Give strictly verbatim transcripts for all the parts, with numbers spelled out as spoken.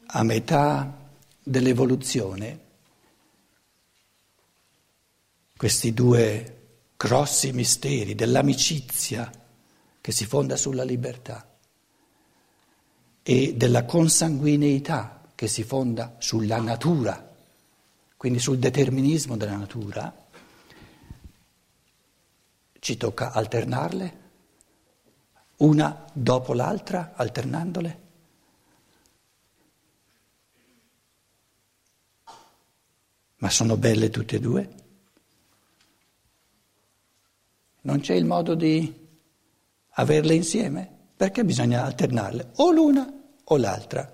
a metà dell'evoluzione, questi due grossi misteri dell'amicizia che si fonda sulla libertà e della consanguineità che si fonda sulla natura, quindi sul determinismo della natura, ci tocca alternarle, una dopo l'altra, alternandole. Ma sono belle tutte e due? Non c'è il modo di averle insieme? Perché bisogna alternarle, o l'una o l'altra.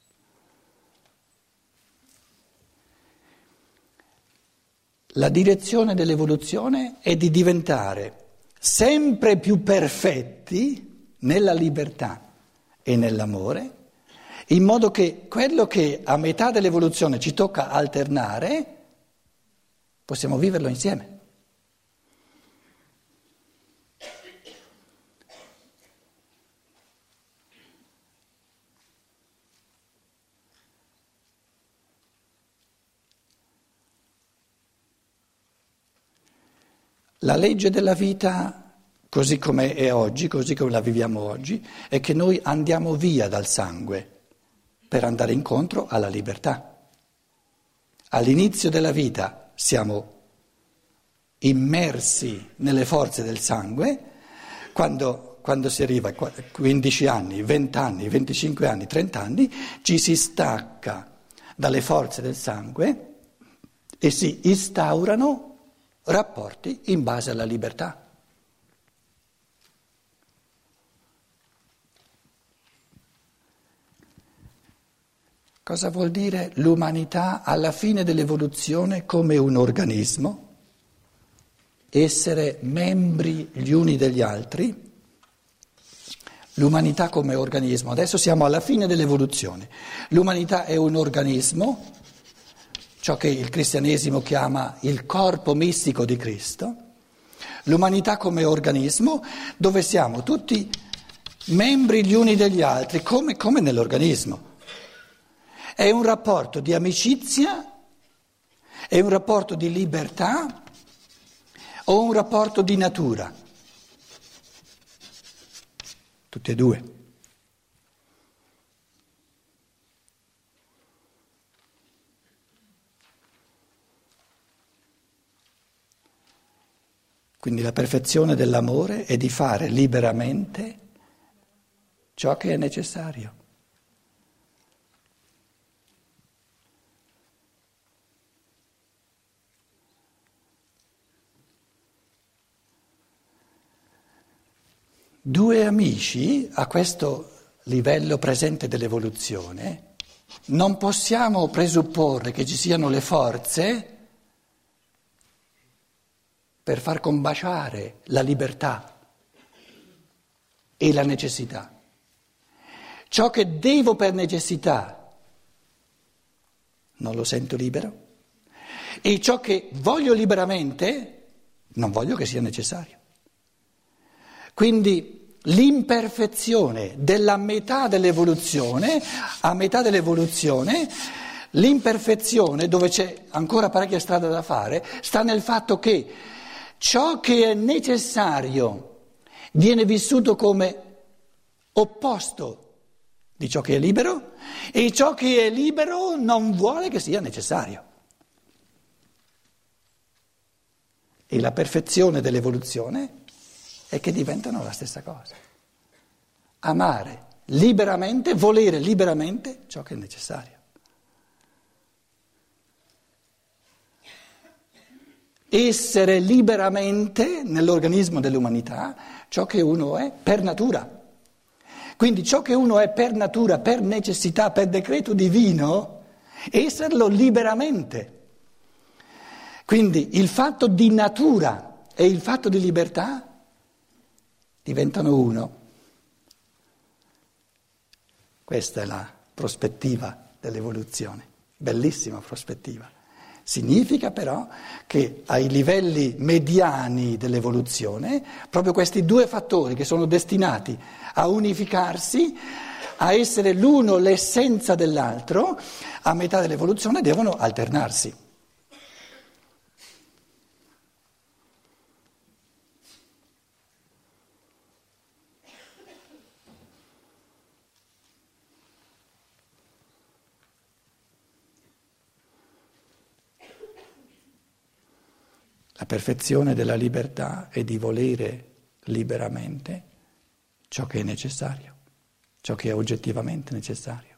La direzione dell'evoluzione è di diventare sempre più perfetti nella libertà e nell'amore, in modo che quello che a metà dell'evoluzione ci tocca alternare, possiamo viverlo insieme. La legge della vita, così come è oggi, così come la viviamo oggi, è che noi andiamo via dal sangue per andare incontro alla libertà. All'inizio della vita siamo immersi nelle forze del sangue, quando, quando si arriva a quindici anni, venti anni, venticinque anni, trenta anni, ci si stacca dalle forze del sangue e si instaurano rapporti in base alla libertà. Cosa vuol dire l'umanità alla fine dell'evoluzione come un organismo? Essere membri gli uni degli altri? L'umanità come organismo. Adesso siamo alla fine dell'evoluzione. L'umanità è un organismo, ciò che il cristianesimo chiama il corpo mistico di Cristo, l'umanità come organismo dove siamo tutti membri gli uni degli altri, come, come nell'organismo. È un rapporto di amicizia, è un rapporto di libertà o un rapporto di natura? Tutti e due. Quindi la perfezione dell'amore è di fare liberamente ciò che è necessario. Due amici a questo livello presente dell'evoluzione non possiamo presupporre che ci siano le forze per far combaciare la libertà e la necessità. Ciò che devo per necessità non lo sento libero e ciò che voglio liberamente non voglio che sia necessario. Quindi l'imperfezione della metà dell'evoluzione, a metà dell'evoluzione, l'imperfezione, dove c'è ancora parecchia strada da fare, sta nel fatto che ciò che è necessario viene vissuto come opposto di ciò che è libero e ciò che è libero non vuole che sia necessario. E la perfezione dell'evoluzione è che diventano la stessa cosa. Amare liberamente, volere liberamente ciò che è necessario. Essere liberamente nell'organismo dell'umanità ciò che uno è per natura. Quindi ciò che uno è per natura, per necessità, per decreto divino, esserlo liberamente. Quindi il fatto di natura e il fatto di libertà diventano uno. Questa è la prospettiva dell'evoluzione, bellissima prospettiva. Significa però che ai livelli mediani dell'evoluzione, proprio questi due fattori che sono destinati a unificarsi, a essere l'uno l'essenza dell'altro, a metà dell'evoluzione devono alternarsi. La perfezione della libertà è di volere liberamente ciò che è necessario, ciò che è oggettivamente necessario.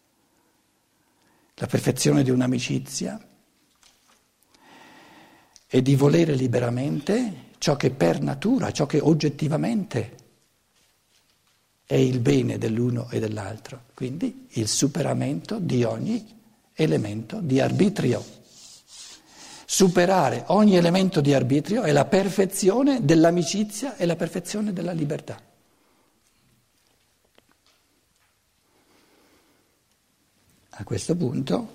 La perfezione di un'amicizia è di volere liberamente ciò che per natura, ciò che oggettivamente è il bene dell'uno e dell'altro, quindi il superamento di ogni elemento di arbitrio. Superare ogni elemento di arbitrio è la perfezione dell'amicizia e la perfezione della libertà. A questo punto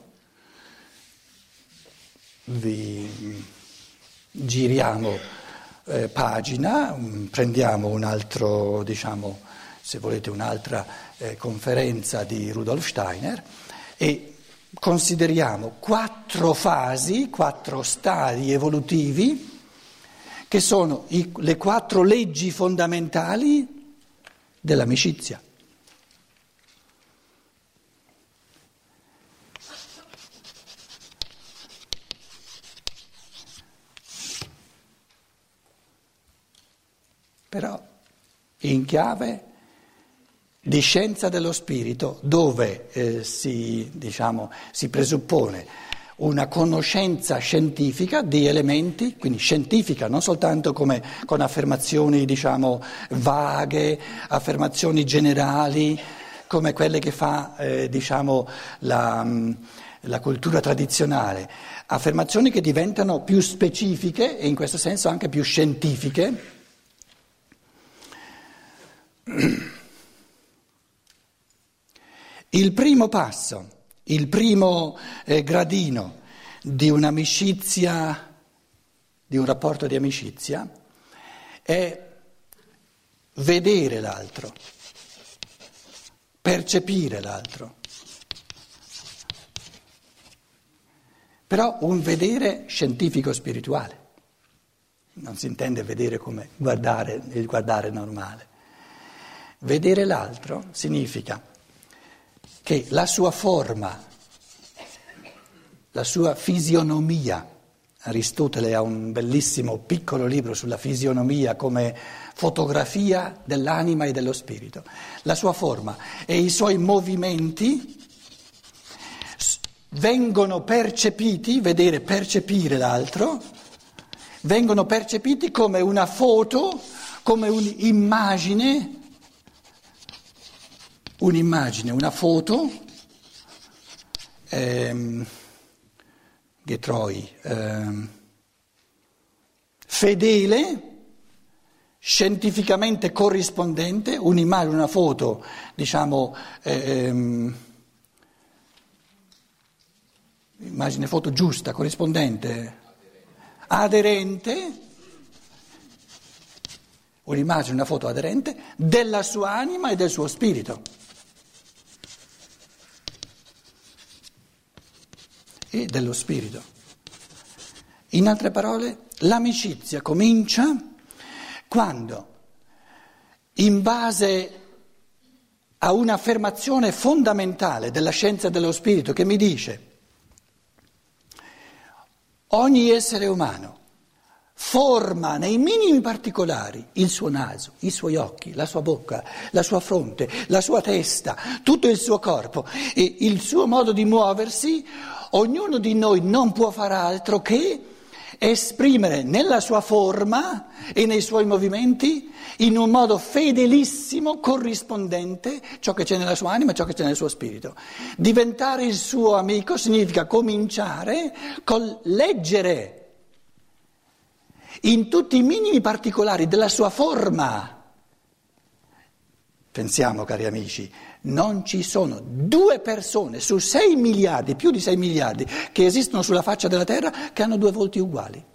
vi giriamo eh, pagina, prendiamo un altro, diciamo, se volete un'altra eh, conferenza di Rudolf Steiner e consideriamo quattro fasi, quattro stadi evolutivi che sono i, le quattro leggi fondamentali dell'amicizia. Però in chiave di scienza dello spirito, dove eh, si, diciamo, si presuppone una conoscenza scientifica di elementi, quindi scientifica, non soltanto come con affermazioni, diciamo, vaghe, affermazioni generali, come quelle che fa, eh, diciamo, la, la cultura tradizionale, affermazioni che diventano più specifiche e in questo senso anche più scientifiche. Il primo passo, il primo eh, gradino di un'amicizia, di un rapporto di amicizia, è vedere l'altro, percepire l'altro. Però un vedere scientifico-spirituale, non si intende vedere come guardare, il guardare normale. Vedere l'altro significa che la sua forma, la sua fisionomia, Aristotele ha un bellissimo piccolo libro sulla fisionomia come fotografia dell'anima e dello spirito, la sua forma e i suoi movimenti vengono percepiti, vedere, percepire l'altro, vengono percepiti come una foto, come un'immagine, un'immagine, una foto, ehm, Getreu, ehm, fedele, scientificamente corrispondente, un'immagine, una foto, diciamo, ehm, immagine, foto giusta, corrispondente, aderente, un'immagine, una foto aderente della sua anima e del suo spirito. E dello spirito. In altre parole, l'amicizia comincia quando, in base a un'affermazione fondamentale della scienza dello spirito che mi dice ogni essere umano forma nei minimi particolari il suo naso, i suoi occhi, la sua bocca, la sua fronte, la sua testa, tutto il suo corpo e il suo modo di muoversi, ognuno di noi non può far altro che esprimere nella sua forma e nei suoi movimenti in un modo fedelissimo, corrispondente ciò che c'è nella sua anima e ciò che c'è nel suo spirito. Diventare il suo amico significa cominciare col leggere in tutti i minimi particolari della sua forma Pensiamo, cari amici, non ci sono due persone su sei miliardi, più di sei miliardi, che esistono sulla faccia della terra che hanno due volti uguali.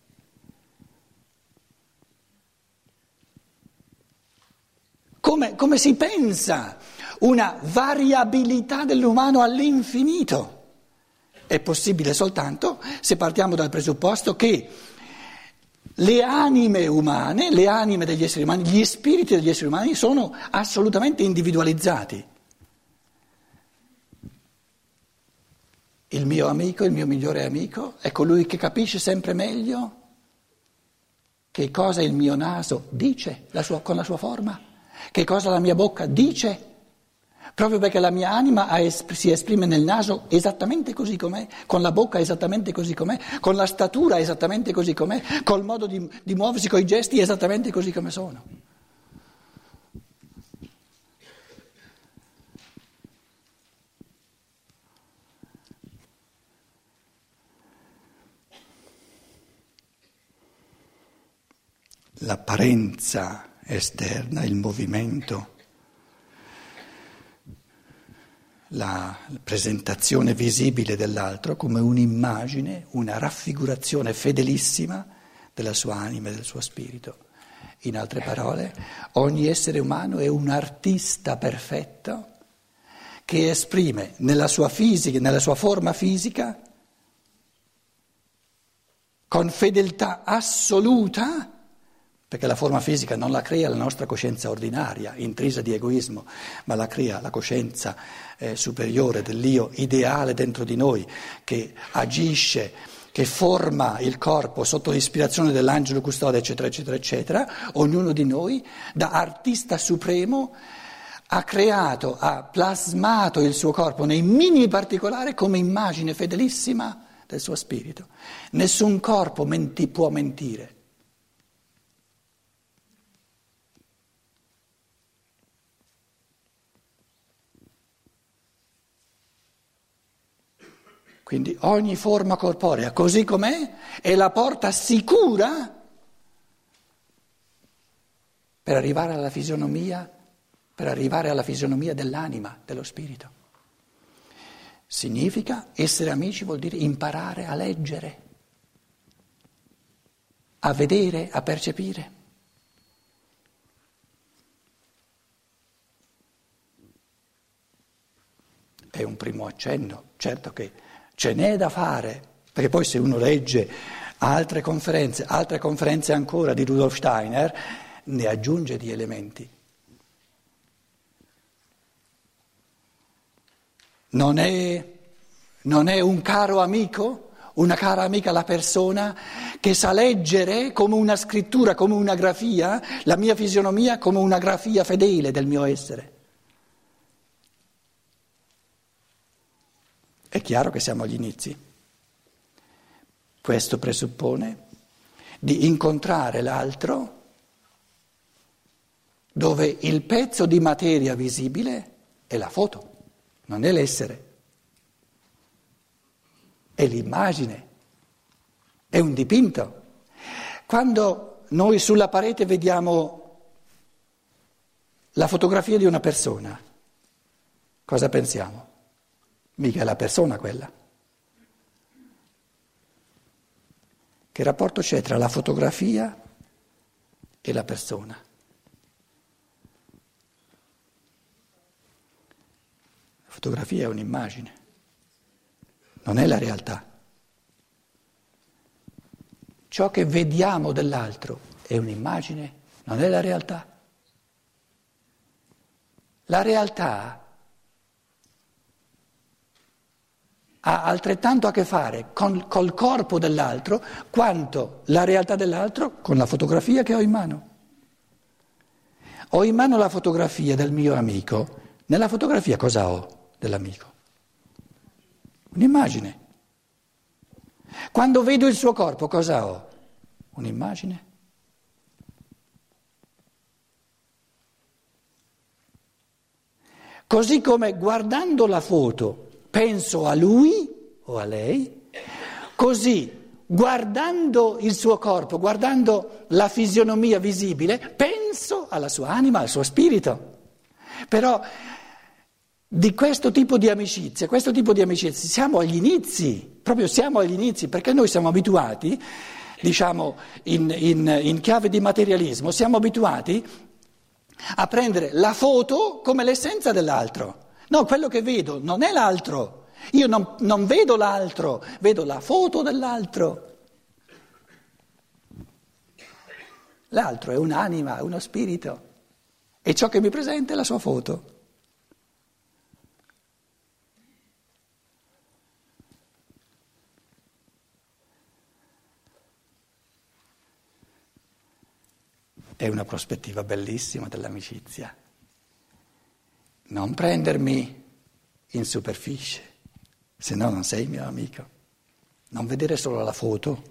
Come, come si pensa una variabilità dell'umano all'infinito? È possibile soltanto se partiamo dal presupposto che le anime umane, le anime degli esseri umani, gli spiriti degli esseri umani sono assolutamente individualizzati. Il mio amico, il mio migliore amico, è colui che capisce sempre meglio che cosa il mio naso dice la sua, con la sua forma, che cosa la mia bocca dice. Proprio perché la mia anima si esprime nel naso esattamente così com'è, con la bocca esattamente così com'è, con la statura esattamente così com'è, col modo di, di muoversi, coi gesti esattamente così come sono. L'apparenza esterna, il movimento, la presentazione visibile dell'altro come un'immagine, una raffigurazione fedelissima della sua anima e del suo spirito. In altre parole, ogni essere umano è un artista perfetto che esprime nella sua fisica, nella sua forma fisica, con fedeltà assoluta, perché la forma fisica non la crea la nostra coscienza ordinaria, intrisa di egoismo, ma la crea la coscienza eh, superiore dell'io ideale dentro di noi, che agisce, che forma il corpo sotto l'ispirazione dell'angelo custode, eccetera, eccetera, eccetera. Ognuno di noi, da artista supremo, ha creato, ha plasmato il suo corpo nei minimi particolari come immagine fedelissima del suo spirito. Nessun corpo menti, può mentire. Quindi ogni forma corporea, così com'è, è la porta sicura per arrivare alla fisionomia, per arrivare alla fisionomia dell'anima, dello spirito. Significa essere amici, vuol dire imparare a leggere, a vedere, a percepire. È un primo accenno, certo che ce n'è da fare, perché poi se uno legge altre conferenze, altre conferenze ancora di Rudolf Steiner, ne aggiunge di elementi. Non è, non è un caro amico, una cara amica la persona che sa leggere come una scrittura, come una grafia, la mia fisionomia come una grafia fedele del mio essere. È chiaro che siamo agli inizi. Questo presuppone di incontrare l'altro dove il pezzo di materia visibile è la foto, non è l'essere, è l'immagine, è un dipinto. Quando noi sulla parete vediamo la fotografia di una persona, cosa pensiamo? Mica è la persona quella. Che rapporto c'è tra la fotografia e la persona? La fotografia è un'immagine, non è la realtà. Ciò che vediamo dell'altro è un'immagine, non è la realtà. La realtà ha altrettanto a che fare con, col corpo dell'altro quanto la realtà dell'altro con la fotografia che ho in mano. Ho in mano la fotografia del mio amico, nella fotografia cosa ho dell'amico? Un'immagine. Quando vedo il suo corpo cosa ho? Un'immagine. Così come guardando la foto penso a lui o a lei, così guardando il suo corpo, guardando la fisionomia visibile, penso alla sua anima, al suo spirito. Però di questo tipo di amicizia, questo tipo di amicizia, siamo agli inizi, proprio siamo agli inizi, perché noi siamo abituati, diciamo in, in, in chiave di materialismo, siamo abituati a prendere la foto come l'essenza dell'altro. No, quello che vedo non è l'altro, io non, non vedo l'altro, vedo la foto dell'altro. L'altro è un'anima, è uno spirito, e ciò che mi presenta è la sua foto. È una prospettiva bellissima dell'amicizia. Non prendermi in superficie, se no non sei mio amico. Non vedere solo la foto.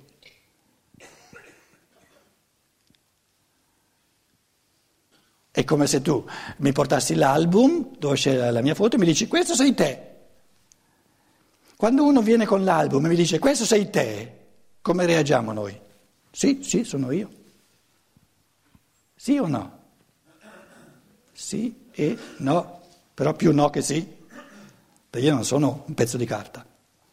È come se tu mi portassi l'album dove c'è la mia foto e mi dici questo sei te. Quando uno viene con l'album e mi dice questo sei te, come reagiamo noi? Sì, sì, sono io. Sì o no? Sì e no, però più no che sì, perché io non sono un pezzo di carta.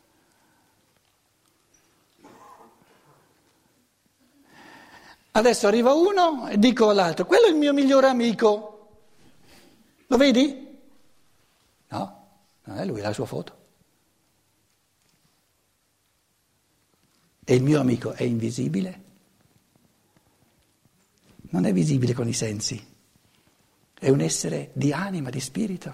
Adesso arriva uno e dico all'altro, quello è il mio migliore amico, lo vedi? No, non è lui, è la sua foto. E il mio amico è invisibile? Non è visibile con i sensi, è un essere di anima, di spirito.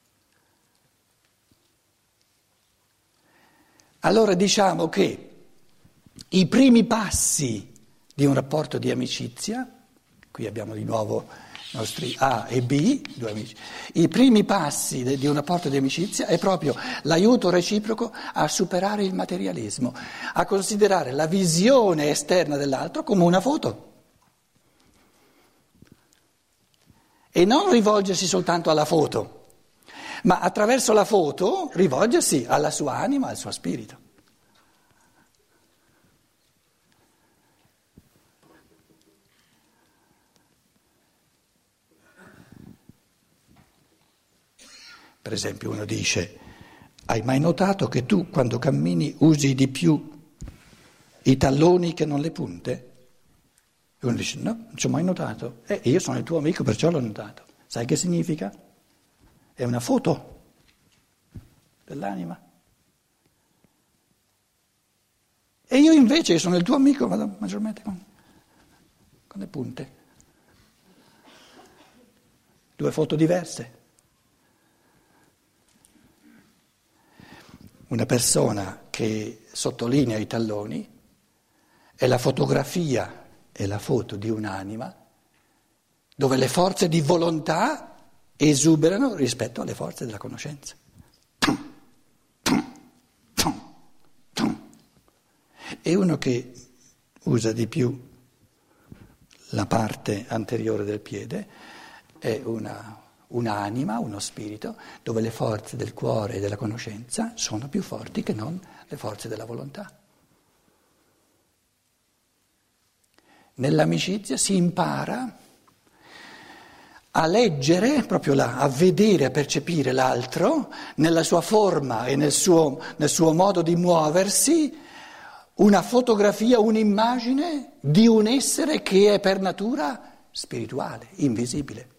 Allora diciamo che i primi passi di un rapporto di amicizia, qui abbiamo di nuovo i nostri A e B, due amici, i primi passi di un rapporto di amicizia è proprio l'aiuto reciproco a superare il materialismo, a considerare la visione esterna dell'altro come una foto. E non rivolgersi soltanto alla foto, ma attraverso la foto rivolgersi alla sua anima, al suo spirito. Per esempio uno dice, hai mai notato che tu quando cammini usi di più i talloni che non le punte? E uno dice, no, non ci ho mai notato. E eh, io sono il tuo amico, perciò l'ho notato. Sai che significa? È una foto dell'anima. E io invece sono il tuo amico, vado maggiormente con, con le punte. Due foto diverse. Una persona che sottolinea i talloni è la fotografia, è la foto di un'anima dove le forze di volontà esuberano rispetto alle forze della conoscenza. E uno che usa di più la parte anteriore del piede è una, un'anima, uno spirito, dove le forze del cuore e della conoscenza sono più forti che non le forze della volontà. Nell'amicizia si impara a leggere, proprio là, a vedere, a percepire l'altro nella sua forma e nel suo, nel suo modo di muoversi, una fotografia, un'immagine di un essere che è per natura spirituale, invisibile.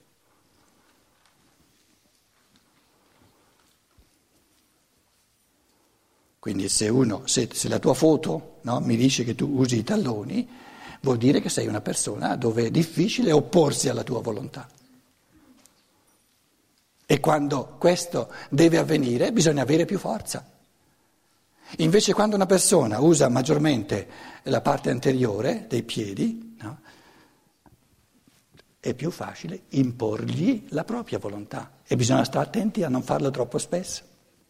Quindi se uno, se, se la tua foto, no, mi dice che tu usi i talloni, vuol dire che sei una persona dove è difficile opporsi alla tua volontà. E quando questo deve avvenire bisogna avere più forza. Invece quando una persona usa maggiormente la parte anteriore dei piedi, no, è più facile imporgli la propria volontà e bisogna stare attenti a non farlo troppo spesso,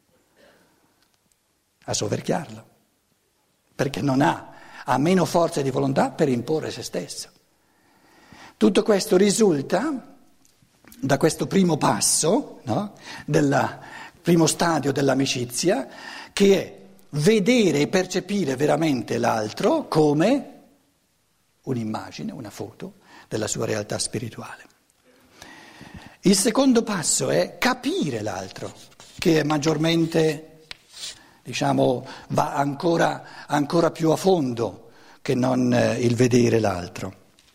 a soverchiarlo, perché non ha, ha meno forza di volontà per imporre se stesso. Tutto questo risulta da questo primo passo, no, del primo stadio dell'amicizia, che è vedere e percepire veramente l'altro come un'immagine, una foto della sua realtà spirituale. Il secondo passo è capire l'altro, che è maggiormente, diciamo, va ancora, ancora più a fondo che non il vedere l'altro.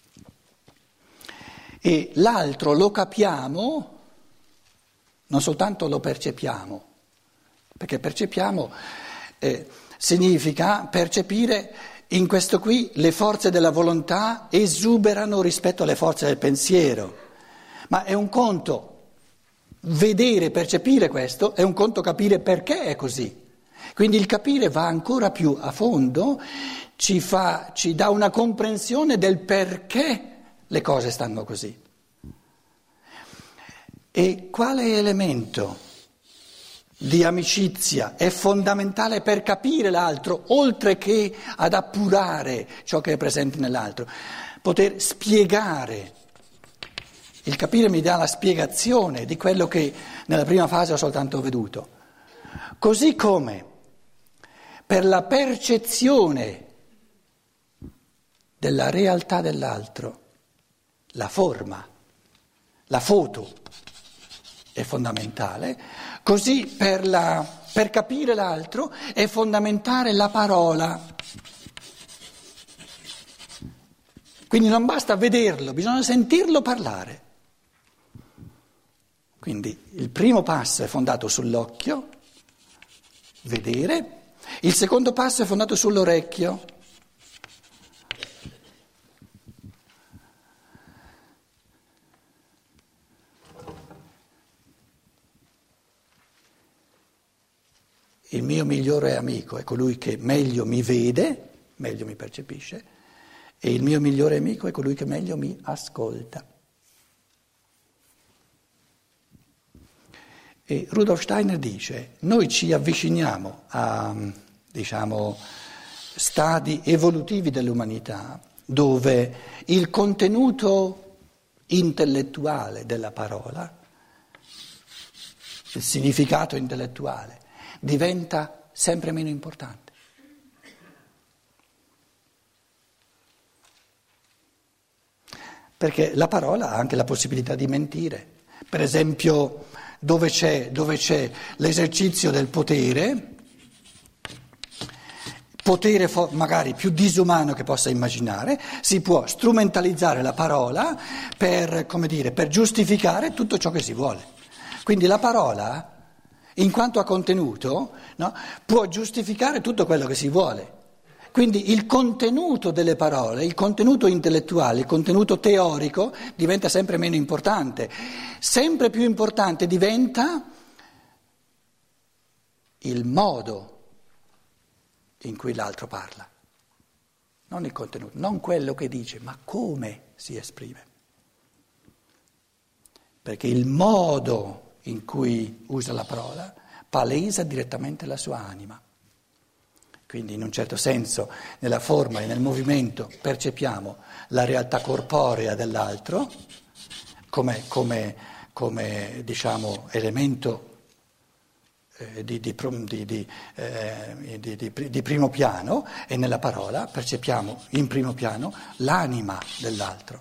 E l'altro lo capiamo, non soltanto lo percepiamo, perché percepiamo eh, significa percepire, in questo qui le forze della volontà esuberano rispetto alle forze del pensiero, ma è un conto vedere, percepire questo, è un conto capire perché è così. Quindi il capire va ancora più a fondo, ci fa, ci dà una comprensione del perché le cose stanno così. E quale elemento di amicizia è fondamentale per capire l'altro, oltre che ad appurare ciò che è presente nell'altro? Poter spiegare. Il capire mi dà la spiegazione di quello che nella prima fase ho soltanto veduto. Così come per la percezione della realtà dell'altro, la forma, la foto è fondamentale, così per, la, per capire l'altro è fondamentale la parola. Quindi non basta vederlo, bisogna sentirlo parlare. Quindi il primo passo è fondato sull'occhio, vedere, il secondo passo è fondato sull'orecchio. Il mio migliore amico è colui che meglio mi vede, meglio mi percepisce, e il mio migliore amico è colui che meglio mi ascolta. E Rudolf Steiner dice, noi ci avviciniamo a, diciamo, stadi evolutivi dell'umanità dove il contenuto intellettuale della parola, il significato intellettuale, diventa sempre meno importante. Perché la parola ha anche la possibilità di mentire. Per esempio, dove c'è, dove c'è l'esercizio del potere, potere magari più disumano che possa immaginare, si può strumentalizzare la parola per, come dire, per giustificare tutto ciò che si vuole. Quindi la parola, in quanto a contenuto, no, può giustificare tutto quello che si vuole. Quindi il contenuto delle parole, il contenuto intellettuale, il contenuto teorico diventa sempre meno importante. Sempre più importante diventa il modo in cui l'altro parla. Non il contenuto, non quello che dice, ma come si esprime. Perché il modo in cui usa la parola palesa direttamente la sua anima. Quindi in un certo senso nella forma e nel movimento percepiamo la realtà corporea dell'altro come, come, come diciamo, elemento eh, di, di, di, eh, di, di, di primo piano, e nella parola percepiamo in primo piano l'anima dell'altro.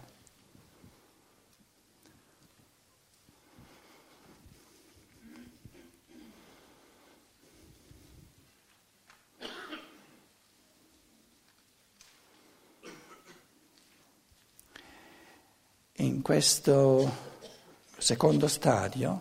In questo secondo stadio,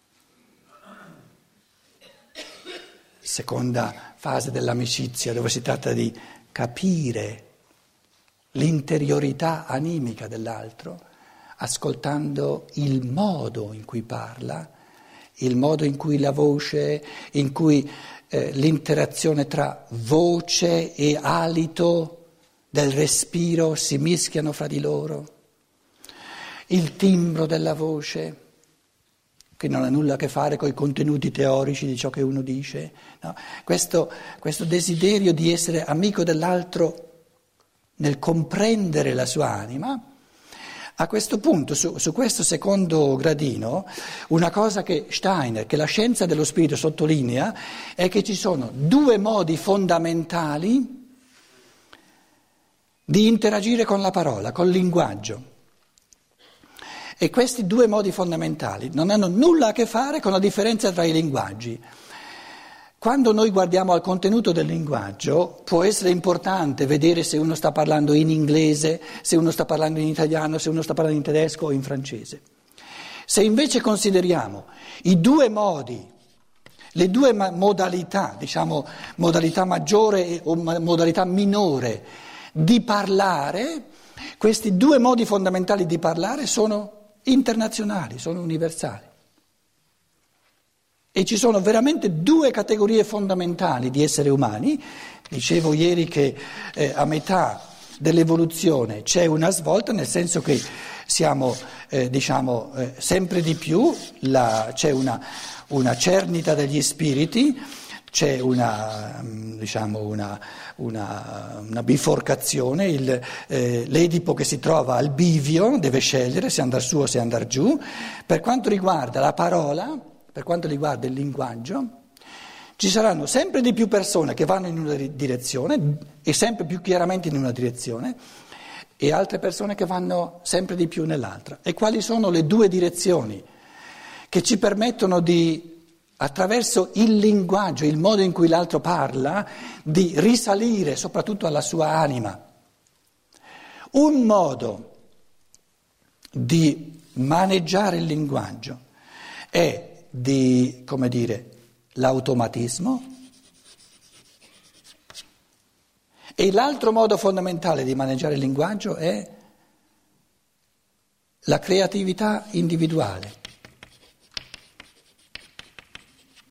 seconda fase dell'amicizia, dove si tratta di capire l'interiorità animica dell'altro, ascoltando il modo in cui parla, il modo in cui la voce, in cui eh, l'interazione tra voce e alito del respiro si mischiano fra di loro. Il timbro della voce, che non ha nulla a che fare con i contenuti teorici di ciò che uno dice, no? Questo, questo desiderio di essere amico dell'altro nel comprendere la sua anima. A questo punto, su, su questo secondo gradino, una cosa che Steiner, che la scienza dello spirito sottolinea, è che ci sono due modi fondamentali di interagire con la parola, col linguaggio. E questi due modi fondamentali non hanno nulla a che fare con la differenza tra i linguaggi. Quando noi guardiamo al contenuto del linguaggio, può essere importante vedere se uno sta parlando in inglese, se uno sta parlando in italiano, se uno sta parlando in tedesco o in francese. Se invece consideriamo i due modi, le due modalità, diciamo modalità maggiore o modalità minore di parlare, questi due modi fondamentali di parlare sono internazionali, sono universali. E ci sono veramente due categorie fondamentali di esseri umani. Dicevo ieri che eh, a metà dell'evoluzione c'è una svolta, nel senso che siamo, eh, diciamo, eh, sempre di più, la, c'è una, una cernita degli spiriti, c'è una, diciamo, una, una, una biforcazione, il, eh, l'Edipo che si trova al bivio deve scegliere se andare su o se andare giù. Per quanto riguarda la parola, per quanto riguarda il linguaggio, ci saranno sempre di più persone che vanno in una direzione e sempre più chiaramente in una direzione e altre persone che vanno sempre di più nell'altra. E quali sono le due direzioni che ci permettono di, attraverso il linguaggio, il modo in cui l'altro parla, di risalire soprattutto alla sua anima? Un modo di maneggiare il linguaggio è di, come dire, l'automatismo, e l'altro modo fondamentale di maneggiare il linguaggio è la creatività individuale.